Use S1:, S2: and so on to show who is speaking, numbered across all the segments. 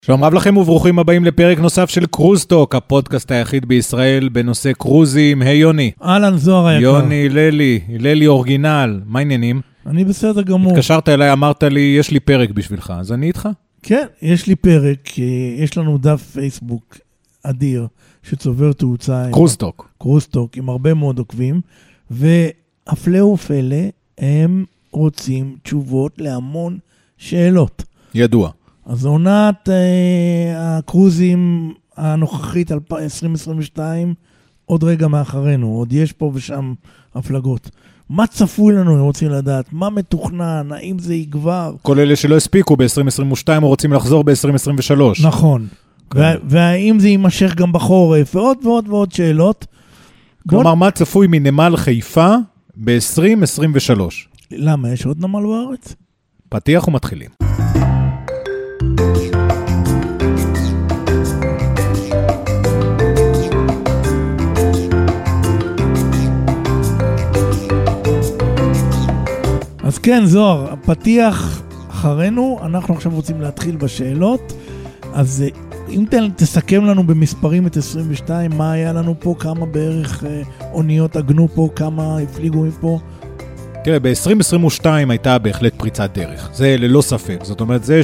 S1: שלום רב לכם וברוכים הבאים לפרק נוסף של קרוזטוק, הפודקאסט היחיד בישראל בנושא קרוזים. היי יוני.
S2: אהלן זוהר היקר.
S1: יוני, לילי אורגינל, מה העניינים?
S2: אני בסדר גמור.
S1: התקשרת אליי, אמרת לי, יש לי פרק בשבילך, אז אני איתך? כן,
S2: יש לי פרק, יש לנו דף פייסבוק אדיר, שצובר תאוצה. קרוזטוק, עם הרבה מאוד עוקבים, והפלא ופלא, הם רוצים תשובות להמון שאלות.
S1: ידוע.
S2: אז עונת הקרוזים הנוכחית 2022, עוד רגע מאחרינו, עוד יש פה ושם הפלגות. מה צפוי לנו, הם רוצים לדעת, מה מתוכנן, האם זה יגבר?
S1: כל אלה שלא הספיקו ב-2022, רוצים לחזור ב-2023.
S2: נכון. והאם זה יימשך גם בחורף, ועוד ועוד ועוד שאלות.
S1: כלומר, מה צפוי מנמל חיפה ב-2023?
S2: למה? יש עוד נמל בארץ?
S1: פתיח ומתחילים.
S2: אז כן, זוהר, הפתיח אחרינו, אנחנו עכשיו רוצים להתחיל בשאלות, אז אם תסכם לנו במספרים את 22, מה היה לנו פה, כמה בערך אוניות עגנו פה, כמה הפליגו מפה?
S1: תראה, ב-2022 הייתה בהחלט פריצת דרך, זה ללא ספק, זאת אומרת, זה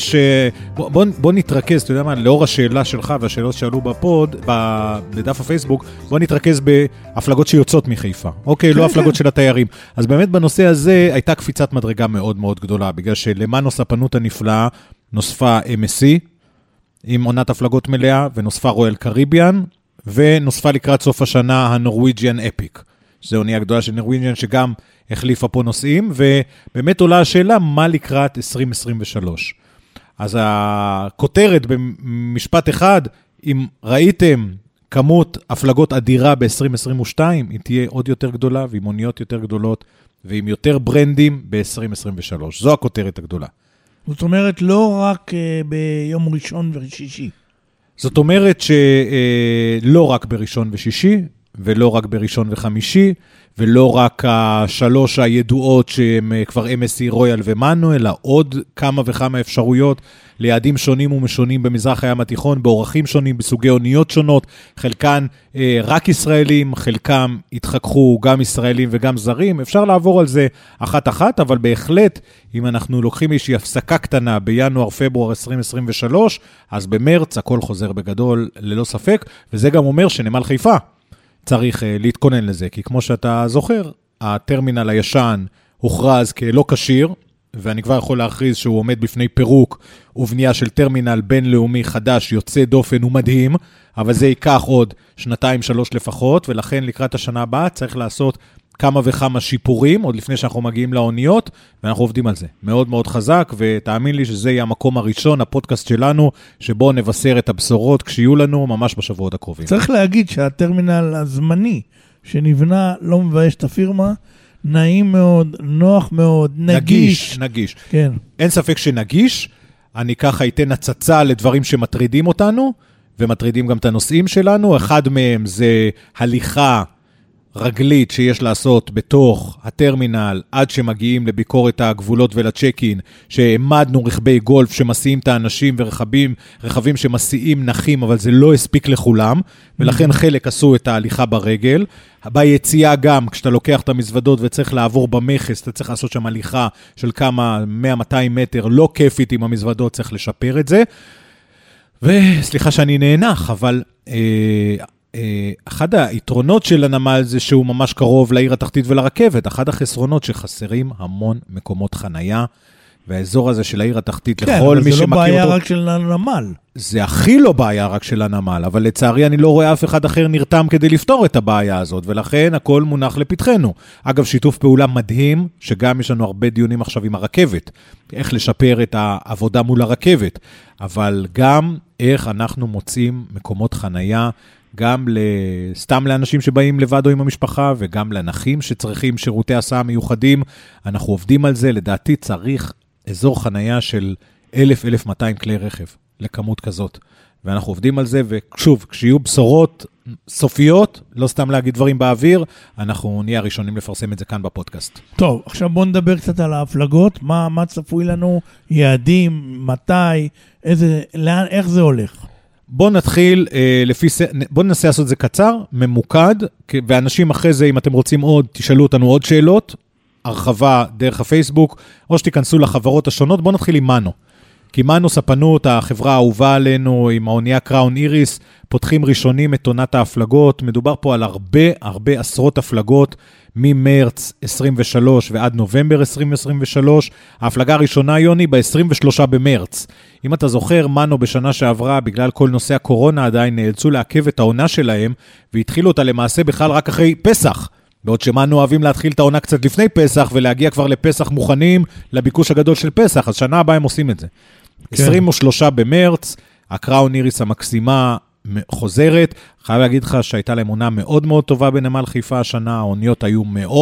S1: בוא נתרכז, אתה יודע מה, לאור השאלה שלך והשאלות שעלו בפוד, בדף הפייסבוק, בוא נתרכז בהפלגות שיוצאות מחיפה, אוקיי, לא הפלגות של התיירים, אז באמת בנושא הזה הייתה קפיצת מדרגה מאוד מאוד גדולה, בגלל שלמנוס הפנות הנפלאה נוספה MSC, עם עונת הפלגות מלאה, ונוספה רויאל קריביאן, ונוספה לקראת סוף השנה הנורוויג'יאן אפיק, שזו אונייה גדולה של נורוויג'יאן שגם החליפה פה נושאים, ובאמת עולה השאלה מה לקראת 2023. אז הכותרת במשפט אחד, אם ראיתם כמות הפלגות אדירה ב-2022, היא תהיה עוד יותר גדולה, ועם אוניות יותר גדולות, ועם יותר ברנדים ב-2023. זו הכותרת הגדולה.
S2: זאת אומרת, לא רק ביום ראשון ושישי.
S1: זאת אומרת שלא רק בראשון ושישי, ולא רק בראשון וחמישי, ולא רק השלוש הידועות שהם כבר MSC, רויאל ומנו, אלא עוד כמה וכמה אפשרויות ליעדים שונים ומשונים במזרח הים התיכון, באורחים שונים, בסוגי אוניות שונות, חלקן רק ישראלים, חלקם התחככו גם ישראלים וגם זרים, אפשר לעבור על זה אחת-אחת, אבל בהחלט, אם אנחנו לוקחים איזושהי הפסקה קטנה בינואר-פברואר 2023, אז במרץ הכל חוזר בגדול ללא ספק, וזה גם אומר שנמל חיפה, צריך להתכונן לזה, כי כמו שאתה זוכר, הטרמינל הישן הוכרז כלא כשיר, ואני כבר יכול להכריז שהוא עומד בפני פירוק ובנייה של טרמינל בינלאומי חדש, יוצא דופן ומדהים, אבל זה ייקח עוד 2-3 לפחות, ולכן לקראת השנה הבאה צריך לעשות כמה וכמה שיפורים, עוד לפני שאנחנו מגיעים לאוניות, ואנחנו עובדים על זה. מאוד מאוד חזק, ותאמין לי שזה יהיה המקום הראשון, הפודקאסט שלנו, שבו נבשר את הבשורות כשיהיו לנו ממש בשבועות הקרובים.
S2: צריך להגיד שהטרמינל הזמני שנבנה לא מבייש את הפירמה, נעים מאוד, נוח מאוד, נגיש.
S1: נגיש.
S2: כן.
S1: אין ספק שנגיש, אני ככה אתן הצצה לדברים שמטרידים אותנו, ומטרידים גם את הנושאים שלנו. אחד מהם זה הליכה רגלית שיש לעשות בתוך הטרמינל, עד שמגיעים לביקורת הגבולות ולצ'קין, שהעמדנו רכבי גולף שמסיעים את האנשים רכבים שמסיעים נחים, אבל זה לא הספיק לכולם, ולכן חלק עשו את ההליכה ברגל. ביציאה גם, כשאתה לוקח את המזוודות וצריך לעבור במכס, אתה צריך לעשות שם הליכה של כמה 100-200 מטר, לא כיפית עם המזוודות, צריך לשפר את זה. וסליחה שאני נהנח, אבל אחד היתרונות של הנמל זה שהוא ממש קרוב לעיר התחתית ולרכבת, אחד החסרונות שחסרים המון מקומות חנייה, והאזור הזה של העיר התחתית
S2: כן,
S1: לכל מי שמכיר אותו. כן, אבל זה לא
S2: בעיה רק של הנמל.
S1: זה הכי לא בעיה רק של הנמל, אבל לצערי אני לא רואה אף אחד אחר נרתם כדי לפתור את הבעיה הזאת, ולכן הכל מונח לפתחנו. אגב, שיתוף פעולה מדהים, שגם יש לנו הרבה דיונים עכשיו עם הרכבת, איך לשפר את העבודה מול הרכבת, אבל גם איך אנחנו מוצאים מקומות חנייה, גם סתם לאנשים שבאים לבד או עם המשפחה, וגם לנכים שצריכים שירותי הסעה מיוחדים. אנחנו עובדים על זה, לדעתי צריך אזור חנייה של 1,000-1,200 כלי רכב. לכמות כזאת. ואנחנו עובדים על זה, ושוב, כשיהיו בשורות סופיות, לא סתם להגיד דברים באוויר, אנחנו נהיה הראשונים לפרסם את זה כאן בפודקאסט.
S2: טוב, עכשיו בואו נדבר קצת על ההפלגות, מה צפוי לנו, יעדים, מתי, איך זה הולך?
S1: בואו נתחיל, בואו ננסה לעשות את זה קצר, ממוקד, ואנשים אחרי זה, אם אתם רוצים עוד, תשאלו אותנו עוד שאלות, הרחבה דרך הפייסבוק, או שתיכנסו לחברות השונות, בואו נתחיל עם מנו. כי מנו ספנות, החברה האהובה עלינו, עם האונייה קראון איריס, פותחים ראשונים את עונת ההפלגות, מדובר פה על הרבה עשרות הפלגות, ממרץ 23 ועד נובמבר 2023, ההפלגה הראשונה, יוני, ב-23 במרץ. אם אתה זוכר, מנו בשנה שעברה, בגלל כל נושא הקורונה עדיין נאלצו לעכב את העונה שלהם, והתחילו אותה למעשה בכלל רק אחרי פסח. בעוד שמנו אוהבים להתחיל את העונה קצת לפני פסח, ולהגיע כבר לפסח מוכנים לביקוש הגדול של פסח, אז שנה הבאה הם עושים את זה. כן. 23 במרץ, הקראון איריס המקסימה חוזרת, חייב להגיד לך שהייתה להם עונה מאוד מאוד טובה בנמל חיפה השנה, האוניות היו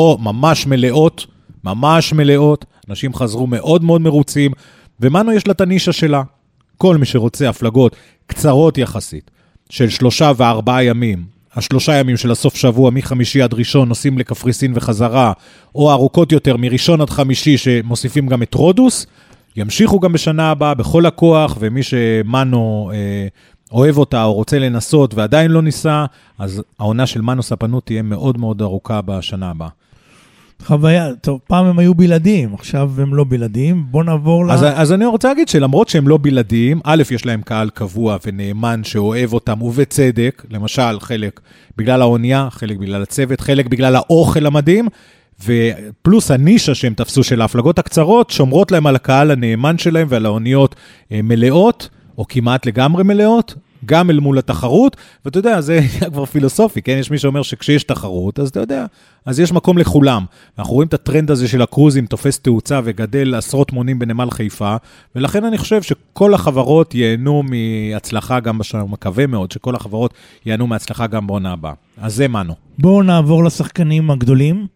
S1: ממש מלאות, אנשים חזרו מאוד מאוד מרוצים, ומנו יש לה את הנישה שלה. כל מי שרוצה הפלגות קצרות יחסית, של 3 ו4 ימים, 3 ימים של הסוף שבוע, מחמישי עד ראשון, נוסעים לקפריסין וחזרה, או ארוכות יותר, מראשון עד חמישי, שמוסיפים גם את רודוס, ימשיכו גם בשנה הבאה בכל הכוח, ומי שמנו אוהב אותה או רוצה לנסות ועדיין לא ניסה, אז העונה של מנו ספנות תהיה מאוד מאוד ארוכה בשנה הבאה.
S2: חוויה, טוב, פעם הם היו בלעדיים, עכשיו הם לא בלעדיים, בוא נעבור
S1: אז אני רוצה להגיד שלמרות שהם לא בלעדיים, א', יש להם קהל קבוע ונאמן שאוהב אותם, ובצדק, למשל, חלק בגלל האונייה, חלק בגלל הצוות, חלק בגלל האוכל המדהים, ופלוס הנישה שהם תפסו של ההפלגות הקצרות, שומרות להם על הקהל הנאמן שלהם ועל האוניות מלאות, או כמעט לגמרי מלאות, גם אל מול התחרות, ואתה יודע, זה כבר פילוסופי, כן? יש מי שאומר שכשיש תחרות, אז אתה יודע, אז יש מקום לכולם. אנחנו רואים את הטרנד הזה של הקרוזים, תופס תאוצה וגדל עשרות מונים בנמל חיפה, ולכן אני חושב שכל החברות ייהנו מהצלחה גם בשנה, הוא מקווה מאוד שכל החברות ייהנו מהצלחה גם בעונה הבאה. אז זה מנו.
S2: בואו נעבור לשחקנים הגדולים.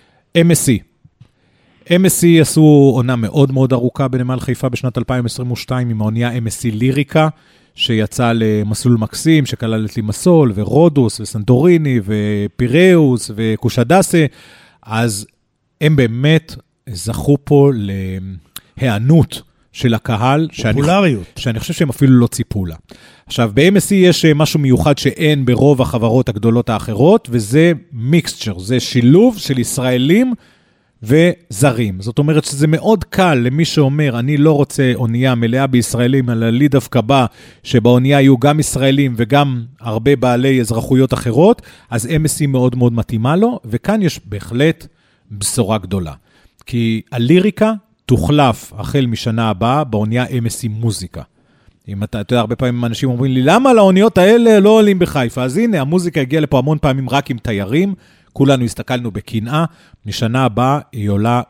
S1: MSC עשו עונה מאוד מאוד ארוכה בנמל חיפה בשנת 2022, עם האונייה MSC ליריקה, שיצא למסלול מקסים, שכלל את לימסול, ורודוס, וסנטוריני, ופיראוס, וקושדסה, אז הם באמת זכו פה להיענות של הקהל, שאני חושב שהם אפילו לא ציפו לה. עכשיו, ב-MSC יש משהו מיוחד שאין ברוב החברות הגדולות האחרות, וזה מיקסצ'ר, זה שילוב של ישראלים וזרים. זאת אומרת שזה מאוד קל למי שאומר, אני לא רוצה אונייה מלאה בישראלים, אלא לי דווקא בא שבאונייה יהיו גם ישראלים וגם הרבה בעלי אזרחויות אחרות, אז MSC מאוד מאוד מתאימה לו, וכאן יש בהחלט בשורה גדולה. כי הליריקה תוחלף החל משנה הבאה באונייה MSC מוזיקה. אם אתה יודע, הרבה פעמים אנשים אומרים לי, למה לאוניות האלה לא עולים בחיפה? אז הנה, המוזיקה הגיעה לפה המון פעמים רק עם תיירים, כולנו הסתכלנו בקנאה, משנה הבאה היא עולה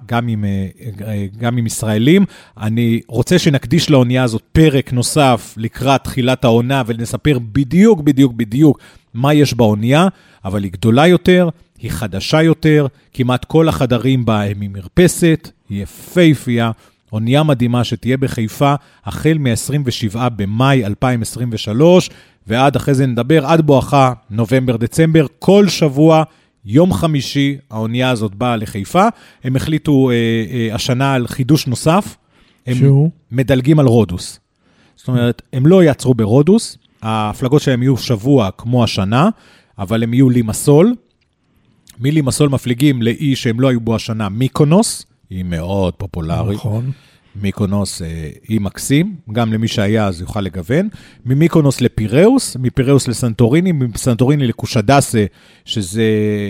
S1: גם עם ישראלים. אני רוצה שנקדיש לאונייה הזאת פרק נוסף לקראת תחילת העונה, ונספר בדיוק מה יש באונייה, אבל היא גדולה יותר, היא חדשה יותר, כמעט כל החדרים בה הם ממרפסת, היא יפהפייה, אונייה מדהימה שתהיה בחיפה החל מ-27 במאי 2023, ועד אחרי זה נדבר, עד בואכה נובמבר-דצמבר, כל שבוע, יום חמישי, האונייה הזאת באה לחיפה, הם החליטו השנה על חידוש נוסף, הם מדלגים על רודוס. זאת אומרת, הם לא יעצרו ברודוס, ההפלגות שלהם יהיו שבוע כמו השנה, אבל הם יהיו לימסול, מלימסול מפליגים לאי שהם לא היו בו השנה, מיקונוס, היא מאוד פופולרית.
S2: נכון.
S1: מיקונוס היא מקסים, גם למי שהיה אז יוכל לגוון. ממיקונוס לפיראוס, מפיראוס לסנטוריני, מסנטוריני לקושדסה, שזה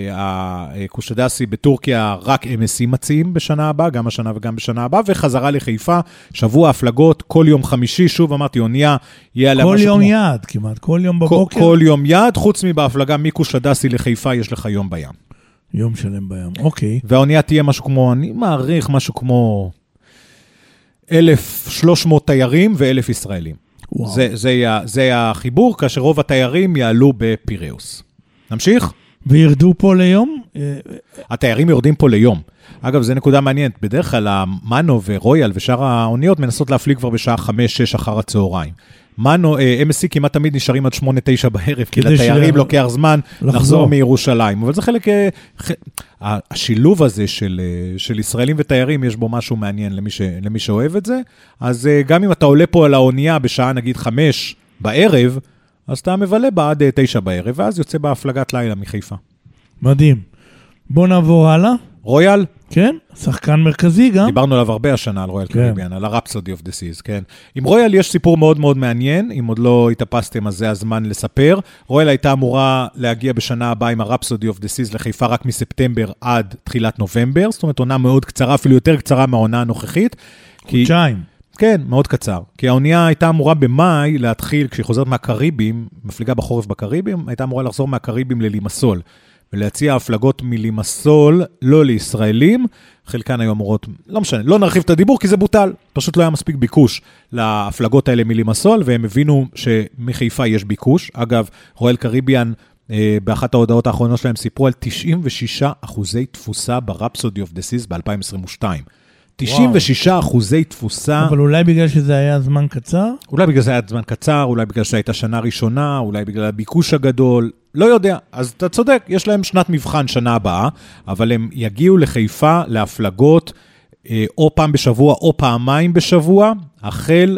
S1: הקושדסי בטורקיה, רק MSC מציעים בשנה הבאה, גם השנה וגם בשנה הבאה, וחזרה לחיפה, שבוע הפלגות, כל יום חמישי, שוב אמרתי, אונייה, יהיה עליה
S2: כל יום יעד, כמעט, כל יום בבוקר.
S1: כל יום יעד, חוץ מבהפלגה מקושדסי לחיפה, יש לך יום בים.
S2: יום שלם בים, אוקיי.
S1: והאונייה תהיה משהו כמו, אני מעריך משהו כמו 1,300 תיירים ו1,000 ישראלים. זה החיבור, כאשר רוב התיירים יעלו בפיראוס. נמשיך?
S2: וירדו פה ליום?
S1: התיירים יורדים פה ליום. אגב, זו נקודה מעניינת. בדרך כלל, המאנו ורויאל ושאר האוניות מנסות להפליג כבר בשעה 5-6 אחר הצהריים. מאנו, MSC כמעט תמיד נשארים עד 8-9 בערב, כי לתיירים לוקח זמן לחזור מירושלים. אבל זה חלק, השילוב הזה של ישראלים ותיירים, יש בו משהו מעניין למי שאוהב את זה. אז גם אם אתה עולה פה על האונייה בשעה נגיד 5 בערב, אז אתה מבלה בה עד 9 בערב, ואז יוצא בהפלגת לילה מחיפה.
S2: מדהים. בוא נעבור הלאה.
S1: רויאל?
S2: כן, שחקן מרכזי גם.
S1: דיברנו עליו הרבה השנה על רויאל קריביאן, על הרפסודי אוף דה סיז, כן. עם רויאל יש סיפור מאוד מאוד מעניין, אם עוד לא התאפסתם, אז זה הזמן לספר. רויאל הייתה אמורה להגיע בשנה הבאה עם הרפסודי אוף דה סיז לחיפה רק מספטמבר עד תחילת נובמבר, זאת אומרת עונה מאוד קצרה, אפילו יותר קצרה מהעונה הנוכחית.
S2: חודשיים.
S1: כן, מאוד קצר. כי האונייה הייתה אמורה במאי להתחיל, כשהיא חוזרת מהקריבים, מפליגה בחורף בקריבים, הייתה אמורה לחזור מהקריבים ללימסול. ולהציע הפלגות מלימסול, לא לישראלים, חלקן היו אמורות, לא משנה, לא נרחיב את הדיבור, כי זה בוטל, פשוט לא היה מספיק ביקוש להפלגות האלה מלימסול, והם הבינו שמחיפה יש ביקוש. אגב, רויאל קריביאן, באחת ההודעות האחרונות שלהם, סיפרו על 96% תפוסה ברפסודי אוף דה סיז ב-2022. 96% תפוסה.
S2: אבל אולי בגלל שזה היה זמן קצר?
S1: אולי בגלל זה היה זמן קצר, אולי בגלל שהייתה שנה ראשונה, אולי בגלל הביקוש הגדול, לא יודע. אז אתה צודק, יש להם שנת מבחן שנה הבאה, אבל הם יגיעו לחיפה להפלגות או פעם בשבוע או פעמיים בשבוע, החל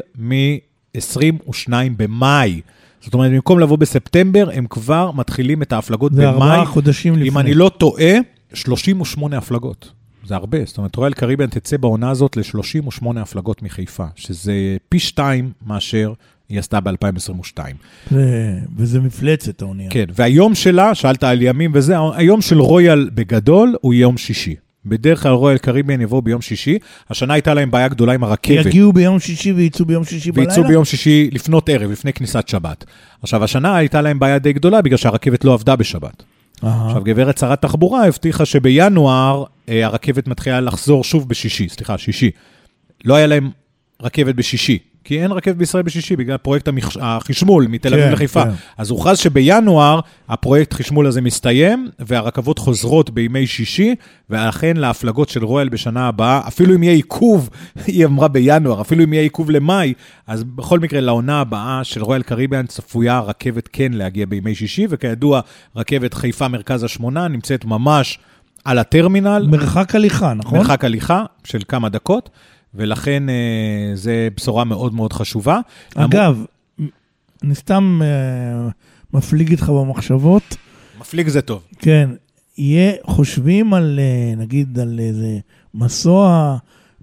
S1: מ-22 במאי. זאת אומרת, במקום לבוא בספטמבר, הם כבר מתחילים את ההפלגות במאי.
S2: זה 4 חודשים לפני.
S1: אם אני לא טועה, 38 הפלגות. זה הרבה, זאת אומרת, רויאל קריביאן תצא בעונה הזאת ל-38 הפלגות מחיפה, שזה פי 2 מאשר היא עשתה ב-2022.
S2: וזה מפלצת האונייה.
S1: כן, והיום שלה, שאלת על ימים וזה, היום של רויאל בגדול הוא יום שישי. בדרך כלל רויאל קריביאן יבוא ביום שישי, השנה הייתה להם בעיה גדולה עם הרכבת.
S2: יגיעו ביום שישי וייצאו ביום שישי בלילה?
S1: וייצאו ביום שישי לפנות ערב, לפני כניסת שבת. עכשיו, השנה הייתה להם בעיה די גדולה, בגלל שהרכבת לא עבדה בשבת. עכשיו, גברת שרת תחבורה הבטיחה שבינואר הרכבת מתחילה לחזור שוב שישי. לא היה להם רכבת בשישי, כי אין רכבת בישראל בשישי, בגלל פרויקט החשמול מתל אביב לחיפה. אז הוכרז שבינואר הפרויקט חשמול הזה מסתיים, והרכבות חוזרות בימי שישי, ולכן להפלגות של רויאל בשנה הבאה, אפילו אם יהיה עיכוב, היא אמרה בינואר, אפילו אם יהיה עיכוב למאי, אז בכל מקרה לעונה הבאה של רויאל קריביאן צפויה רכבת כן להגיע בימי שישי, וכידוע רכבת חיפה מרכז השמונה נמצאת ממש על הטרמינל.
S2: מרחק הליכה, נכון?
S1: מרחק הליכה של כמה דקות, ולכן זה בשורה מאוד מאוד חשובה.
S2: אגב, אני סתם מפליג איתך במחשבות.
S1: מפליג זה טוב.
S2: כן, חושבים על, נגיד, על איזה מסוע,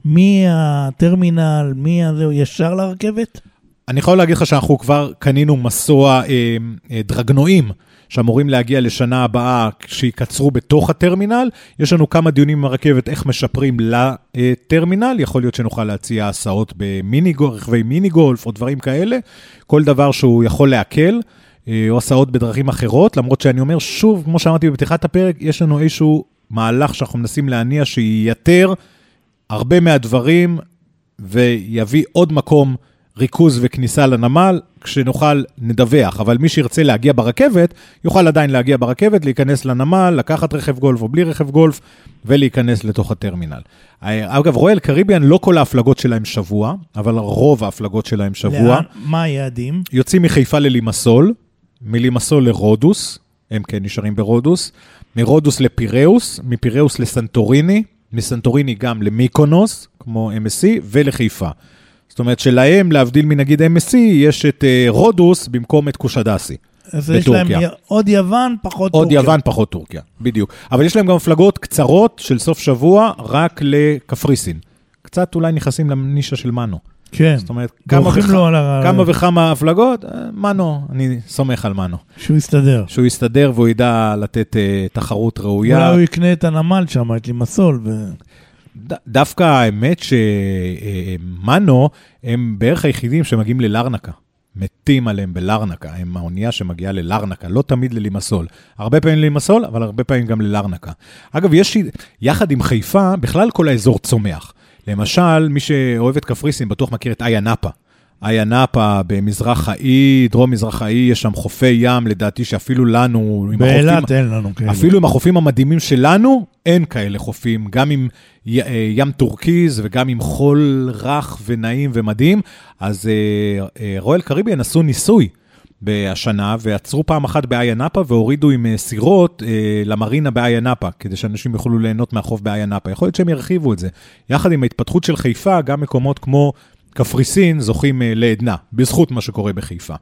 S2: מהטרמינל, ישר לרכבת?
S1: אני יכול להגיד לך שאנחנו כבר קנינו מסוע דרגנועים, שאמורים להגיע לשנה הבאה שיקצרו בתוך הטרמינל. יש לנו כמה דיונים עם הרכבת איך משפרים לטרמינל, יכול להיות שנוכל להציע הסעות רכבי מיני גולף או דברים כאלה, כל דבר שהוא יכול להקל, או הסעות בדרכים אחרות, למרות שאני אומר שוב, כמו שאמרתי בפתיחת הפרק, יש לנו איזשהו מהלך שאנחנו מנסים להניע שייתר הרבה מהדברים, ויביא עוד מקום ריכוז וכניסה לנמל, כשנוכל נדווח, אבל מי שירצה להגיע ברכבת, יוכל עדיין להגיע ברכבת, להיכנס לנמל, לקחת רכב גולף או בלי רכב גולף, ולהיכנס לתוך הטרמינל. אגב, רויאל קריביאן, לא כל ההפלגות שלהם שבוע, אבל רוב ההפלגות שלהם שבוע.
S2: מה היעדים?
S1: יוצאים מחיפה ללימסול, מלימסול לרודוס, הם כן נשארים ברודוס, מרודוס לפיראוס, מפיראוס לסנטוריני, מסנטוריני גם למיקונוס, כמו MSC, ולחיפה. זאת אומרת שלהם, להבדיל מנגיד MSC, יש את רודוס במקום את קושדסי.
S2: אז יש להם עוד יוון, פחות טורקיה.
S1: עוד יוון, פחות טורקיה, בדיוק. אבל יש להם גם הפלגות קצרות של סוף שבוע, רק לקפריסין. קצת אולי נכנסים לנישה של מנו.
S2: כן.
S1: זאת אומרת, כמה וכמה הפלגות, מנו, אני סומך על מנו.
S2: שהוא יסתדר.
S1: שהוא יסתדר והוא ידע לתת תחרות ראויה.
S2: אולי הוא יקנה את הנמל שם, את לימסול
S1: דווקא האמת שמנו הם בערך היחידים שמגיעים ללרנקה. מתים עליהם בלרנקה. הם האונייה שמגיעה ללרנקה, לא תמיד ללימסול. הרבה פעמים ללימסול, אבל הרבה פעמים גם ללרנקה. אגב, יש יחד עם חיפה, בכלל כל האזור צומח. למשל, מי שאוהב את קפריסין בטוח מכיר את איה נאפה. איה נאפה במזרח האי, דרום מזרח האי, יש שם חופי ים, לדעתי שאפילו לנו,
S2: באילת אין לנו כאלה.
S1: אפילו עם החופים המדהימים שלנו, אין כאלה חופים, גם עם ים טורקיז וגם עם חול רך ונעים ומדהים, אז רויאל קריביאן עשו ניסוי בשנה, ועצרו פעם אחת באיה נאפה, והורידו עם סירות למרינה באיה נאפה, כדי שאנשים יוכלו ליהנות מהחוף באיה נאפה. יכול להיות שהם ירחיבו את זה. יחד עם ההתפתחות של חיפה, גם מקומות כמו קפריסין זוכים לעדנה, בזכות מה שקורה בחיפה.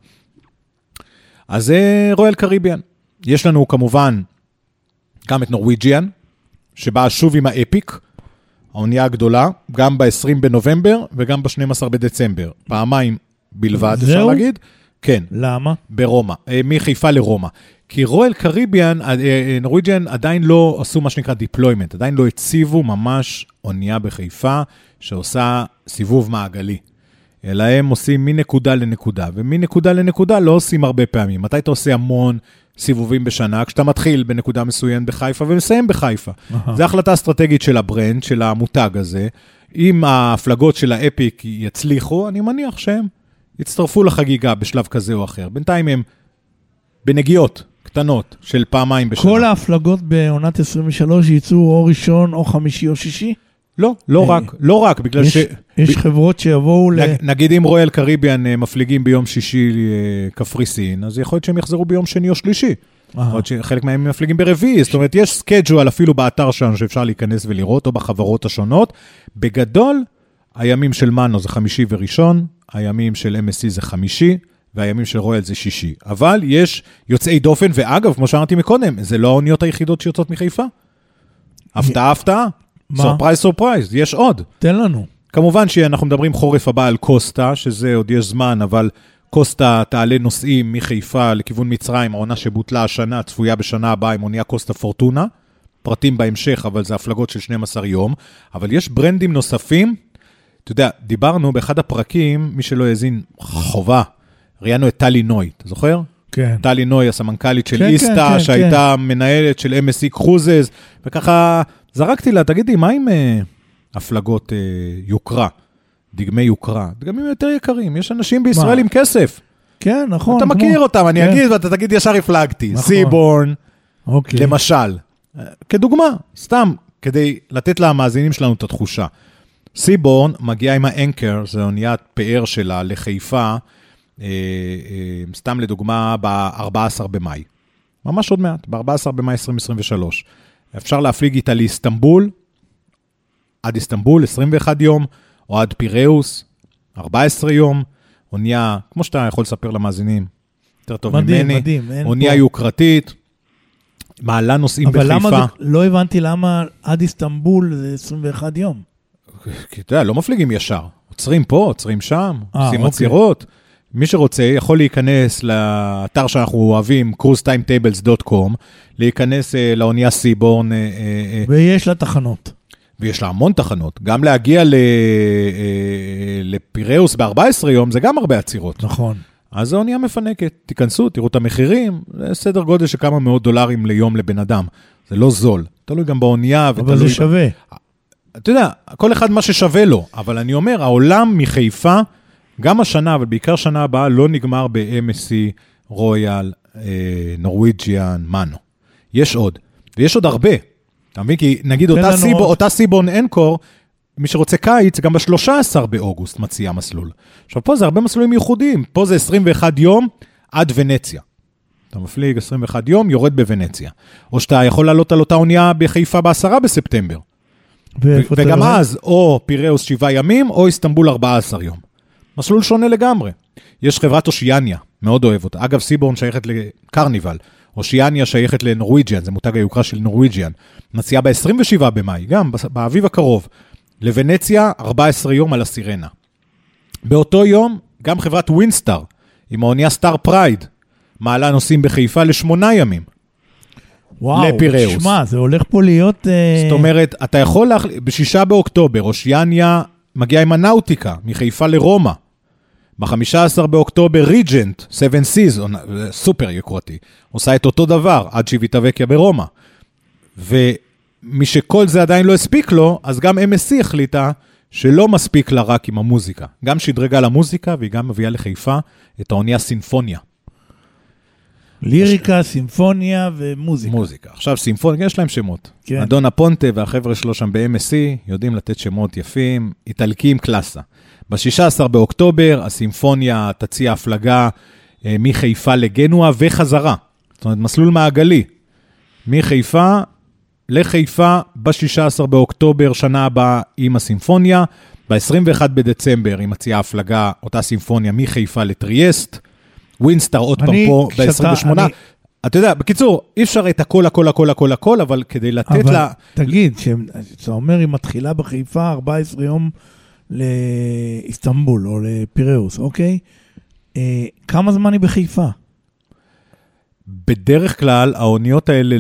S1: אז זה רויאל קריביאן. יש לנו כמובן גם את נורוויג'יאן, שבאה שוב עם האפיק, האונייה הגדולה, גם ב-20 בנובמבר וגם ב-12 בדצמבר. פעמיים בלבד, אפשר להגיד. כן.
S2: למה?
S1: ברומא, מחיפה לרומא. כי רויאל קריביאן, נורוויג'יאן עדיין לא עשו מה שנקרא דיפלוימנט, עדיין לא הציבו ממש אונייה בחיפה, שעושה סיבוב מעגלי. אלא הם עושים מנקודה לנקודה, ומנקודה לנקודה לא עושים הרבה פעמים. מתי אתה עושה המון סיבובים בשנה? כשאתה מתחיל בנקודה מסוימת בחיפה ומסיים בחיפה. זו החלטה אסטרטגית של הברנד, של המותג הזה. אם ההפלגות של האפיק יצליחו, אני מניח שהם יצטרפו לחגיגה בשלב כזה או אחר. בינתיים הם בנגיעות קטנות של פעמיים בשנה.
S2: כל ההפלגות בעונת 23 ייצאו או ראשון או חמישי או שישי?
S1: לא, לא רק, בגלל
S2: יש חברות שיבואו
S1: נגיד אם רויאל קריביאן מפליגים ביום שישי קפריסין, אז יכול להיות שהם יחזרו ביום שני או שלישי. עוד שחלק מהם מפליגים ברביעי, זאת אומרת, יש סקייג'ואל אפילו באתר שלנו שאפשר להיכנס ולראות, או בחברות השונות. בגדול, הימים של מנו זה חמישי וראשון, הימים של MSC זה חמישי, והימים של רויאל זה שישי. אבל יש יוצאי דופן, ואגב, כמו שאמרתי מקודם, זה לא האוניות היחידות שיוצאות מחיפה. הפתעה. סורפרייז, יש עוד.
S2: תן לנו.
S1: כמובן שאנחנו מדברים חורף הבא על קוסטה, שזה עוד יש זמן, אבל קוסטה תעלה נוסעים מחיפה לכיוון מצרים, העונה שבוטלה השנה, צפויה בשנה הבאה עם אונייה קוסטה פורטונה, פרטים בהמשך, אבל זה הפלגות של 12 יום, אבל יש ברנדים נוספים, אתה יודע, דיברנו באחד הפרקים, מי שלא יזין חובה, ראיינו את טלי נוי, אתה זוכר?
S2: כן.
S1: טלי נוי, הסמנכ"לית של איסטה, שהייתה מנהלת של MSC קרוזז, וככה זרקתי לה, תגידי, מה עם הפלגות יוקרה, דגמי יוקרה? דגמים יותר יקרים, יש אנשים בישראל עם כסף.
S2: כן, נכון.
S1: אתה מכיר אותם, אני אגיד, ואתה תגיד ישר הפלגתי. סיבורן, למשל. כדוגמה, סתם, כדי לתת למאזינים שלנו את התחושה. סיבורן מגיעה עם האנקר, זו אוניית פאר שלה לחיפה, סתם לדוגמה ב-14 במאי. ממש עוד מעט, ב-14 במאי 2023. אפשר להפליג איתה לאיסטנבול, עד איסטנבול 21 יום, או עד פיראוס 14 יום, אונייה, כמו שאתה יכול לספר למאזינים, יותר טוב ממני, מדהים, אונייה יוקרתית, מעלה נוסעים בחיפה. אבל למה
S2: לא הבנתי למה עד איסטנבול זה 21 יום?
S1: כי אתה יודע, לא מפליגים ישר, עוצרים פה, עוצרים שם, עושים עצירות, מי שרוצה יכול להיכנס לאתר שאנחנו אוהבים, cruisetimetables.com, להיכנס לאונייה סיבורן.
S2: ויש לה תחנות.
S1: ויש לה המון תחנות. גם להגיע לפיראוס ב-14 יום, זה גם הרבה עצירות.
S2: נכון.
S1: אז זו אונייה מפנקת. תיכנסו, תראו את המחירים, זה סדר גודל של כמה מאות דולרים ליום לבן אדם. זה לא זול. תלוי גם באונייה.
S2: אבל זה שווה.
S1: אתה יודע, כל אחד מה ששווה לו. אבל אני אומר, העולם מחיפה, גם השנה, אבל בעיקר שנה הבאה, לא נגמר ב-MSC, רויאל, נורוויג'יאן, מנו. יש עוד. ויש עוד הרבה. אתה מבין? כי נגיד אותה סיבורן אנקור, מי שרוצה קיץ, גם ב-13 באוגוסט מציע מסלול. עכשיו פה זה הרבה מסלולים ייחודיים. פה זה 21 יום עד ונציה. אתה מפליג 21 יום, יורד בוונציה. או שאתה יכול לעלות על אותה אונייה בחיפה ב-10 בספטמבר. וגם אז, או פיראוס 7 ימים, או איסטנבול 14 יום. מסלול שונה לגמרי. יש חברת אושיאניה, מאוד אוהב אותה. אגב, סיבורן שייכת לקרניבל. אושיאניה שייכת לנורוויג'יאן, זה מותג היוקרה של נורוויג'יאן. מציעה ב-27 במאי, גם באביב הקרוב. לוונציה, 14 יום על הסירנה. באותו יום, גם חברת ווינסטאר, עם האונייה סטאר פרייד, מעלה נוסעים בחיפה ל8 ימים.
S2: וואו, תשמע, זה הולך פה להיות...
S1: זאת אומרת, אתה יכול ב6 באוקטובר, אושיאניה מגיעה עם הנאוטיקה, מחיפה לרומא. ב-15 באוקטובר, ריג'נט, 7 Seas, סופר יקורתי, עושה את אותו דבר, עד שיביטבקיה ברומא. ומי שכל זה עדיין לא הספיק לו, אז גם MSC החליטה שלא מספיק לה רק עם המוזיקה. גם שדרגה למוזיקה, והיא גם מביאה לחיפה את האונייה סימפוניה.
S2: ליריקה, סימפוניה ומוזיקה.
S1: מוזיקה. עכשיו סימפוניה, יש להם שמות.
S2: כן.
S1: אדון הפונטה והחבר'ה שלו שם ב-MSC, יודעים לתת שמות יפים, איטלקיים קלאסה. ב-16 באוקטובר, הסימפוניה תציע הפלגה מחיפה לגנוע וחזרה. זאת אומרת, מסלול מעגלי. מחיפה לחיפה ב-16 באוקטובר, שנה הבאה עם הסימפוניה. ב-21 בדצמבר היא מציעה הפלגה, אותה סימפוניה מחיפה לטריאסט. ווינסטר עוד פעם פה ב-28. אתה יודע, בקיצור, אי אפשר את הכל, אבל כדי לתת לה...
S2: תגיד, שאתה אומר, היא מתחילה בחיפה 14 יום לאיסטנבול או לפיראוס, אוקיי? כמה זמן היא בחיפה?
S1: בדרך כלל, האוניות האלה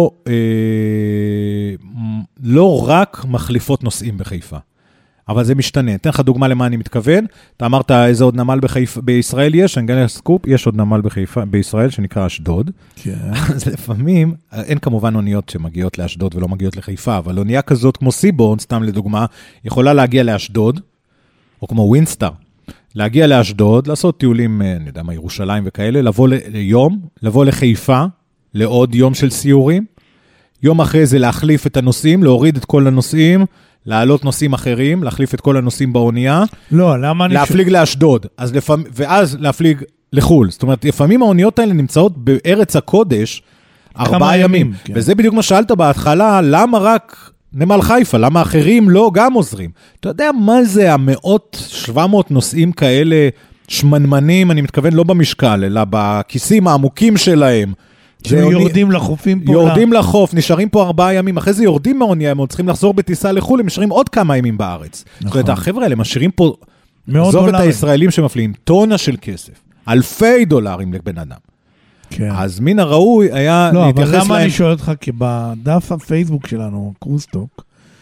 S1: לא רק מחליפות נוסעים בחיפה. אבל זה משתנה. אתן לך דוגמה למה אני מתכוון. אתה אמרת איזה עוד נמל בישראל יש, אני אגלה לך סקופ, יש עוד נמל בישראל שנקרא אשדוד.
S2: כן.
S1: אז לפעמים, אין כמובן אוניות שמגיעות לאשדוד ולא מגיעות לחיפה, אבל אונייה כזאת כמו סיבורן, סתם לדוגמה, יכולה להגיע לאשדוד, או כמו ווינסטר, להגיע לאשדוד, לעשות טיולים, אני יודע מה, ירושלים וכאלה, לבוא ליום, לבוא לחיפה, לעוד יום של סיורים, יום אחרי זה להחליף את הנוסעים, להוריד את כל הנוסעים, לעלות נוסעים אחרים, להחליף את כל הנוסעים באונייה.
S2: לא, למה אני...
S1: להפליג לאשדוד, ואז להפליג לחול. זאת אומרת, לפעמים האוניות האלה נמצאות בארץ הקודש 4 ימים. כן. וזה בדיוק מה שאלת בהתחלה, למה רק נמל חיפה? למה אחרים לא גם עוזרים? אתה יודע מה זה 700 נוסעים כאלה שמנמנים, אני מתכוון לא במשקל, אלא בכיסים העמוקים שלהם,
S2: יורדים לחופים פה.
S1: יורדים לחוף, נשארים פה 4 ימים, אחרי זה יורדים מהאונייה, הם עוד צריכים לחזור בטיסה לחול, הם נשארים עוד כמה ימים בארץ. זאת אומרת, החבר'ה האלה משאירים פה, עזוב את הישראלים שמפליאים, טונה של כסף, אלפי דולרים לבן אדם.
S2: כן.
S1: אז מן הראוי היה
S2: להתייחס להם... לא, אבל למה אני שואל אותך, כי בדף הפייסבוק שלנו, קרוסטוק,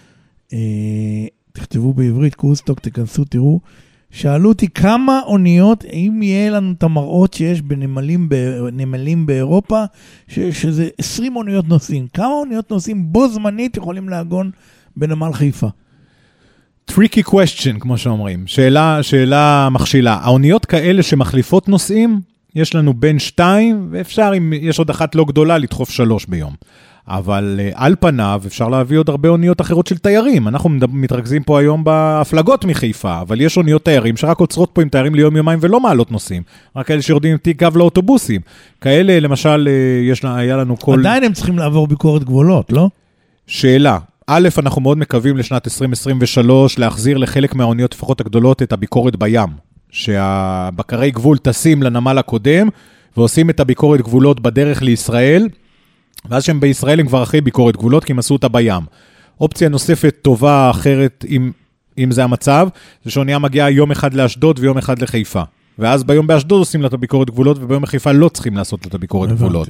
S2: תכתבו בעברית, קרוסטוק, תכנסו, תראו, שאלו אותי כמה אוניות, אם יהיה לנו את המראות שיש בנמלים באירופה, שזה 20 אוניות נוסעים. כמה אוניות נוסעים בו זמנית יכולים להגון בנמל חיפה?
S1: Tricky question, כמו שאומרים. שאלה מכשילה. האוניות כאלה שמחליפות נוסעים, יש לנו בין 2, ואפשר, אם יש עוד אחת לא גדולה, לדחוף 3 ביום. אבל על פניו אפשר להביא עוד הרבה אוניות אחרות של תיירים. אנחנו מתרכזים פה היום בהפלגות מחיפה, אבל יש אוניות תיירים שרק עוצרות פה עם תיירים ליום יומיים ולא מעלות נוסעים. רק כאלה שיורדים עם תיק גב לאוטובוסים. כאלה, למשל, היה לנו כל...
S2: עדיין הם צריכים לעבור ביקורת גבולות, לא?
S1: שאלה. א', אנחנו מאוד מקווים לשנת 2023 להחזיר לחלק מהאוניות לפחות הגדולות את הביקורת בים. שהבקרי גבול טסים לנמל הקודם, ועושים את הביקורת גבולות בדרך לישראל, ואז שהם בישראל הם כבר אחרי ביקורת גבולות, כי הם עשו אותה בים. אופציה נוספת טובה אחרת, אם זה המצב, זה שאונייה מגיעה יום אחד לאשדוד ויום אחד לחיפה. ואז ביום באשדוד עושים לה את הביקורת גבולות, וביום בחיפה לא צריכים לעשות את הביקורת גבולות.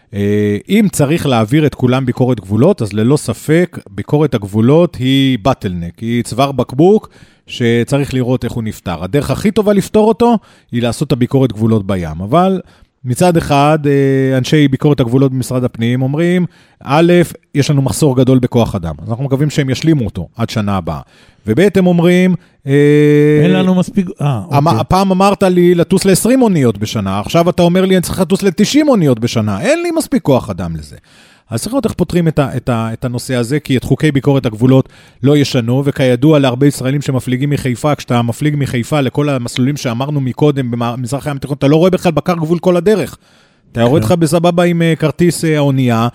S1: אם צריך להעביר את כולם ביקורת גבולות, אז ללא ספק, ביקורת הגבולות היא בטלנק, היא צוואר בקבוק, שצריך לראות איך הוא נפטר. הדרך הכי טובה לפתור אותו, היא לעשות את הביקורת גבולות בים. אבל מצד אחד, אנשי ביקורת הגבולות במשרד הפנים אומרים, א', יש לנו מחסור גדול בכוח אדם. אז אנחנו מקווים שהם ישלימו אותו עד שנה הבאה. וב' הם אומרים,
S2: אין לנו מספיק...
S1: הפעם אמרת לי לטוס ל-20 אוניות בשנה, עכשיו אתה אומר לי, אני צריך לטוס ל-90 אוניות בשנה, אין לי מספיק כוח אדם לזה. אז צריך לראות איך פותרים את הנושא הזה, כי את חוקי ביקורת הגבולות לא ישנו, וכידוע להרבה ישראלים שמפליגים מחיפה, כשאתה מפליג מחיפה לכל המסלולים שאמרנו מקודם במזרח הים התיכון, אתה לא רואה בכלל בקר גבול כל הדרך. אתה רואה אותך בסבבה עם כרטיס האונייה,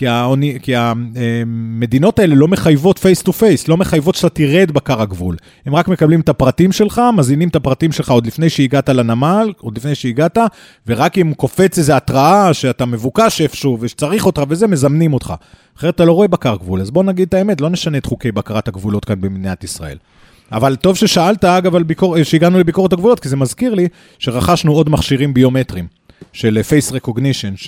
S1: כי המדינות האלה לא מחייבות פייס טו פייס, לא מחייבות שאתה תירד בקר הגבול. הם רק מקבלים את הפרטים שלך, מזינים את הפרטים שלך עוד לפני שהגעת לנמל, עוד לפני שהגעת, ורק אם קופץ איזו התראה שאתה מבוקש איפשהו ושצריך אותך וזה, מזמנים אותך. אחרת אתה לא רואה בקר גבול. אז בוא נגיד את האמת, לא נשנה את חוקי בקרת הגבולות כאן במדינת ישראל. אבל טוב ששאלת, אגב, שהגענו לביקורת הגבולות, כי זה מזכיר לי שרכשנו עוד מכשירים ביומטריים. של face recognition,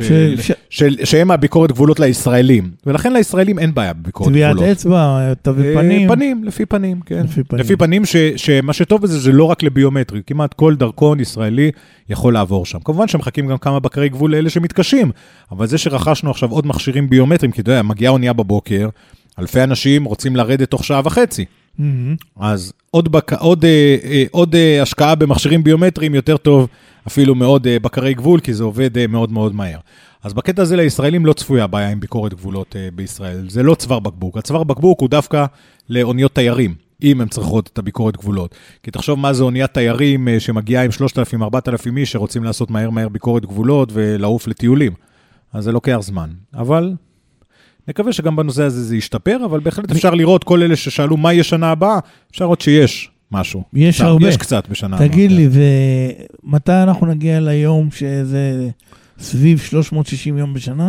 S1: שהם הביקורת גבולות לישראלים. ולכן לישראלים אין בעיה בביקורת גבולות.
S2: טביעת אצבע, תווי פנים.
S1: פנים, לפי פנים, כן. לפי פנים שמה שטוב בזה, זה לא רק לביומטרי. כמעט כל דרכון ישראלי יכול לעבור שם. כמובן שמחכים גם כמה בקרי גבול לאלה שמתקשים, אבל זה שרכשנו עכשיו עוד מכשירים ביומטריים, כי אתה יודע, מגיעה אונייה בבוקר, אלפי אנשים רוצים לרדת תוך 1.5 שעה. אז עוד השקעה במכשירים ביומטריים יותר טוב, אפילו מאוד בקרי גבול, כי זה עובד מאוד מאוד מהר. אז בקטע הזה לישראלים לא צפויה בעיה עם ביקורת גבולות בישראל. זה לא צוואר בקבוק. הצוואר בקבוק הוא דווקא לאוניות תיירים, אם הן צריכות את הביקורת גבולות. כי תחשוב מה זה אוניית תיירים שמגיעה עם 3,000-4,000 איש שרוצים לעשות מהר ביקורת גבולות ולעוף לטיולים. אז זה לוקח זמן. אבל נקווה שגם בנושא הזה זה ישתפר, אבל בהחלט אפשר לראות כל אלה ששאלו מה יש שנה הבאה, אפשר לראות שיש משהו.
S2: יש הרבה.
S1: יש קצת בשנה הבאה.
S2: תגיד לי, ומתי אנחנו נגיע ליום שזה סביב 360 יום בשנה?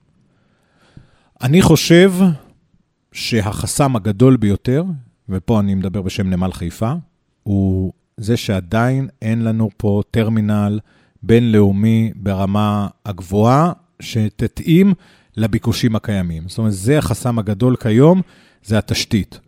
S1: אני חושב שהחסם הגדול ביותר, ופה אני מדבר בשם נמל חיפה, הוא זה שעדיין אין לנו פה טרמינל בינלאומי ברמה הגבוהה, שתתאים לביקושים הקיימים. זאת אומרת, זה החסם הגדול כיום, זה התשתית.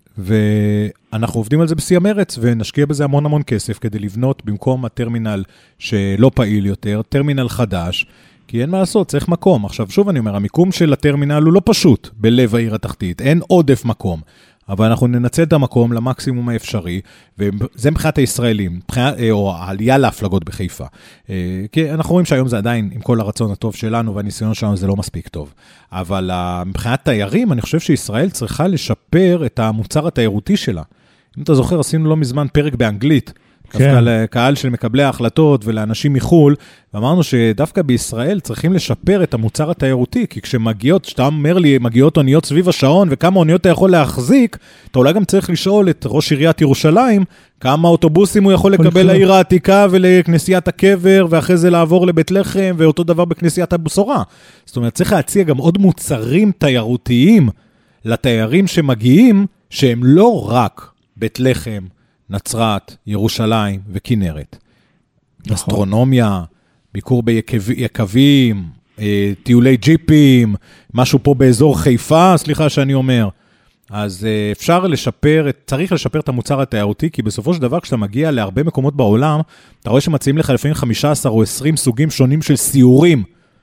S1: ואנחנו עובדים על זה בשיא המרץ, ונשקיע בזה המון המון כסף, כדי לבנות במקום הטרמינל שלא פעיל יותר, טרמינל חדש, כי אין מה לעשות, צריך מקום. עכשיו, שוב אני אומר, המיקום של הטרמינל הוא לא פשוט, בלב העיר התחתית, אין עודף מקום. אבל אנחנו ננצל את המקום למקסימום האפשרי, וזה מבחינת הישראלים, או העלייה להפלגות בחיפה. כי אנחנו רואים שהיום זה עדיין, עם כל הרצון הטוב שלנו, והניסיון שלנו זה לא מספיק טוב. אבל מבחינת תיירים, אני חושב שישראל צריכה לשפר את המוצר התיירותי שלה. אם אתה זוכר, עשינו לא מזמן פרק באנגלית, דווקא לקהל של מקבלי ההחלטות ולאנשים מחול, ואמרנו שדווקא בישראל צריכים לשפר את המוצר התיירותי, כי כשמגיעות, שאתה אומר לי, מגיעות אוניות סביב השעון, וכמה אוניות אתה יכול להחזיק, אתה אולי גם צריך לשאול את ראש עיריית ירושלים, כמה אוטובוסים הוא יכול לקבל לעיר העתיקה ולכנסיית הקבר, ואחרי זה לעבור לבית לחם, ואותו דבר בכנסיית הבשורה. זאת אומרת, צריך להציע גם עוד מוצרים תיירותיים לתיירים שמגיעים, שהם לא רק בית לחם, נצרת, ירושלים וכנרת. אסטרונומיה, ביקור ביקבים, טיולי ג'יפים, משהו פה באזור חיפה, סליחה שאני אומר. אז אפשר לשפר, צריך לשפר את המוצר התיירותי, כי בסופו של דבר כשאתה מגיע להרבה מקומות בעולם, אתה רואה שמציעים לך לפעמים 15 או 20 סוגים שונים של סיורים.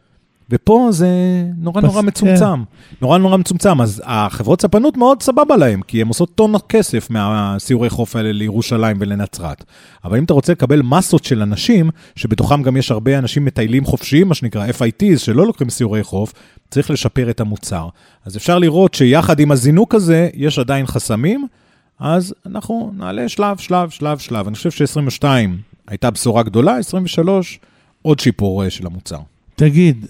S1: ופה זה נורא מצומצם. נורא מצומצם. אז החברות ספנות מאוד סבבה להם, כי הן עושות טונות כסף מהסיורי חוף האלה לירושלים ולנצרת. אבל אם אתה רוצה לקבל מסות של אנשים, שבתוכם גם יש הרבה אנשים מטיילים חופשיים, מה שנקרא FITs, שלא לוקחים סיורי חוף, צריך לשפר את המוצר. אז אפשר לראות שיחד עם הזינוק הזה, יש עדיין חסמים, אז אנחנו נעלה שלב. אני חושב ש-22 הייתה בשורה גדולה, 23 עוד שיפור של המוצר.
S2: תגיד,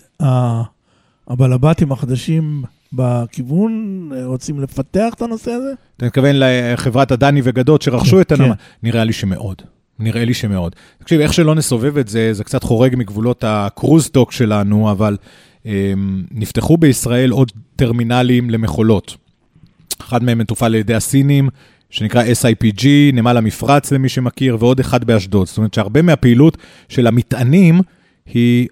S2: הבלבטים החדשים בכיוון, רוצים לפתח את הנושא הזה?
S1: אתה מתכוון לחברת הדני וגדות שרכשו את הנמל? נראה לי שמאוד. תקשיב, איך שלא נסובב את זה, זה קצת חורג מגבולות הקרוזטוק שלנו, אבל נפתחו בישראל עוד טרמינלים למחולות. אחד מהם מתופעל על ידי הסינים, שנקרא SIPG, נמל המפרץ למי שמכיר, ועוד אחד באשדוד. זאת אומרת שהרבה מהפעילות של המטענים היא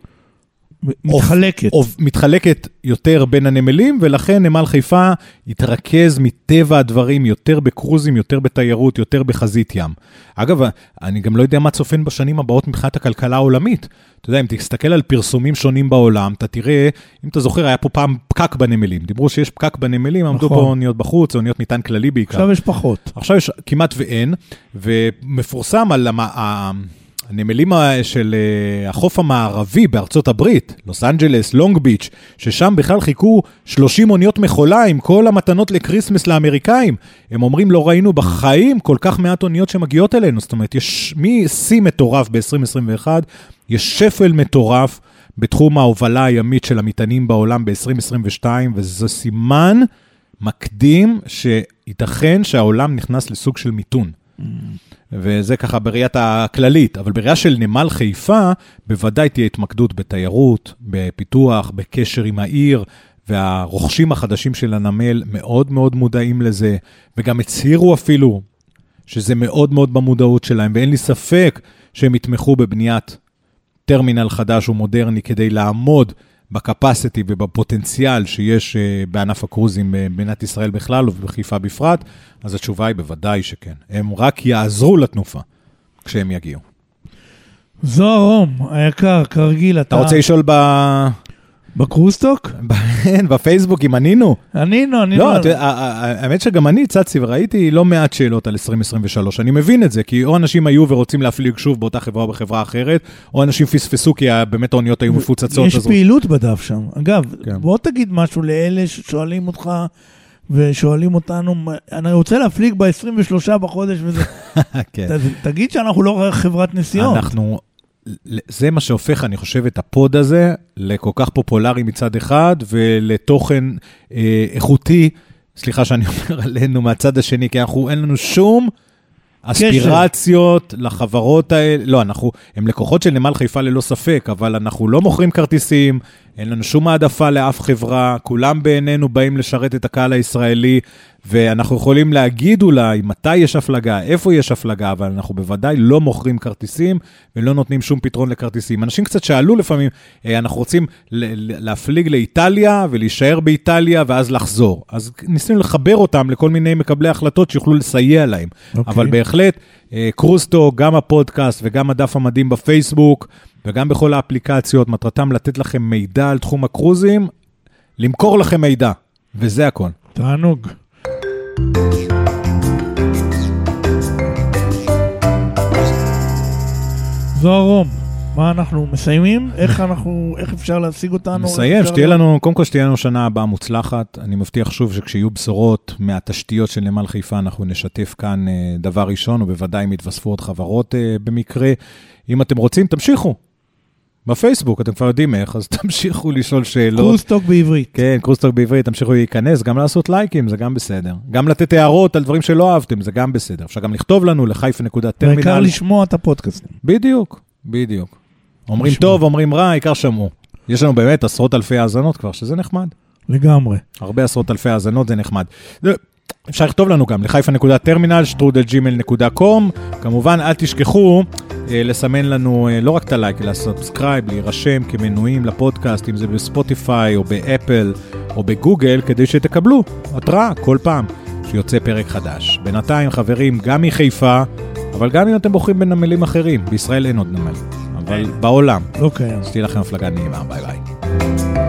S1: מתחלקת יותר בין הנמלים, ולכן נמל חיפה יתרכז מטבע הדברים יותר בקרוזים, יותר בתיירות, יותר בחזית ים. אגב, אני גם לא יודע מה צופן בשנים הבאות מבחינת הכלכלה העולמית. אתה יודע, אם תסתכל על פרסומים שונים בעולם, אתה תראה, אם אתה זוכר, היה פה פעם פקק בנמלים. דיברו שיש פקק בנמלים, עמדו פה אוניות בחוץ, אוניות מטען כללי בעיקר.
S2: עכשיו יש פחות.
S1: עכשיו יש כמעט ואין, ומפורסם על הנמלים של החוף המערבי בארצות הברית, לוס אנג'לס, לונג ביץ', ששם בכלל חיכו 30 אוניות מחולה עם כל המתנות לקריסמס לאמריקאים. הם אומרים, לא ראינו בחיים כל כך מעט אוניות שמגיעות אלינו. זאת אומרת, יש שיא מטורף ב-2021, יש שפל מטורף בתחום ההובלה הימית של המטענים בעולם ב-2022, וזה סימן מקדים שייתכן שהעולם נכנס לסוג של מיתון. וזה ככה בראיית הכללית, אבל בראייה של נמל חיפה, בוודאי תהיה התמקדות בתיירות, בפיתוח, בקשר עם העיר, והרוכשים החדשים של הנמל מאוד מאוד מודעים לזה, וגם הצהירו אפילו שזה מאוד מאוד במודעות שלהם, ואין לי ספק שהם יתמכו בבניית טרמינל חדש ומודרני, כדי לעמוד בקפסיטי ובפוטנציאל שיש בענף הקרוזים במדינת ישראל בכלל ובחיפה בפרט, אז התשובה היא בוודאי שכן. הם רק יעזרו לתנופה כשהם יגיעו.
S2: זוהר, היקר, כרגיל,
S1: אתה רוצה לשאול
S2: בקרוסטוק?
S1: בפייסבוק, אם ענינו.
S2: ענינו.
S1: לא, האמת שגם אני צצתי וראיתי לא מעט שאלות על 2023. אני מבין את זה, כי או אנשים היו ורוצים להפליג שוב באותה חברה או בחברה אחרת, או אנשים פספסו כי באמת האוניות היו מפוצצות.
S2: יש פעילות בדף שם. אגב, בוא תגיד משהו לאלה ששואלים אותך, ושואלים אותנו, אני רוצה להפליג ב-23 בחודש וזה. תגיד שאנחנו לא חברת נסיעות.
S1: זה מה שהופך, אני חושב, את הפוד הזה לכל כך פופולרי מצד אחד, ולתוכן איכותי, סליחה שאני אומר עלינו מהצד השני, כי אין לנו שום אספירציות לחברות האלה, לא, הם לקוחות של נמל חיפה ללא ספק, אבל אנחנו לא מוכרים כרטיסים, אין לנו שום העדפה לאף חברה, כולם בעינינו באים לשרת את הקהל הישראלי, ואנחנו יכולים להגיד אולי מתי יש הפלגה, איפה יש הפלגה, אבל אנחנו בוודאי לא מוכרים כרטיסים, ולא נותנים שום פתרון לכרטיסים. אנשים קצת שאלו לפעמים, אנחנו רוצים להפליג לאיטליה, ולהישאר באיטליה, ואז לחזור. אז ניסינו לחבר אותם לכל מיני מקבלי החלטות, שיוכלו לסייע להם. אבל בהחלט, קרוסטוק, גם הפודקאסט, וגם הדף המדהים בפייסבוק, וגם בכל האפליקציות, מטרתם לתת לכם מידע על תחום הקרוזים, למכור לכם מידע, וזה הכל.
S2: תענוג. זוהרום, מה אנחנו מסיימים? איך אפשר להשיג אותנו?
S1: נסיים, קודם כל שתהיה לנו שנה הבאה מוצלחת. אני מבטיח שוב שכשיהיו בשורות מהתשתיות של נמל חיפה, אנחנו נשתף כאן דבר ראשון, ובוודאי מתווספו עוד חברות במקרה. אם אתם רוצים, תמשיכו. בפייסבוק, אתם כבר יודעים איך, אז תמשיכו לשאול שאלות.
S2: קרוסטוק בעברית.
S1: כן, קרוסטוק בעברית, תמשיכו להיכנס, גם לעשות לייקים, זה גם בסדר. גם לתת הערות על דברים שלא אהבתם, זה גם בסדר. אפשר גם לכתוב לנו לחיפה.טרמינל.
S2: העיקר לשמוע את הפודקאסטים.
S1: בדיוק. אומרים טוב, אומרים רע, העיקר שמעו. יש לנו באמת עשרות אלפי האזנות כבר, שזה נחמד.
S2: לגמרי.
S1: הרבה עשרות אלפי האזנות, זה נחמד. אפשר לכתוב לנו גם לחיפה.טרמינל, @gmail.com. כמובן, אל תשכחו לסמן לנו לא רק את הלייק, אלא סאבסקרייב, להירשם כמנויים לפודקאסט, אם זה בספוטיפיי או באפל או בגוגל, כדי שתקבלו התראה כל פעם שיוצא פרק חדש. בינתיים, חברים, גם מחיפה, אבל גם אם אתם בוחרים בנמלים אחרים, בישראל אין עוד נמל, אבל בעולם.
S2: אוקיי.
S1: שתהיה לכם הפלגה נעימה, ביי ביי.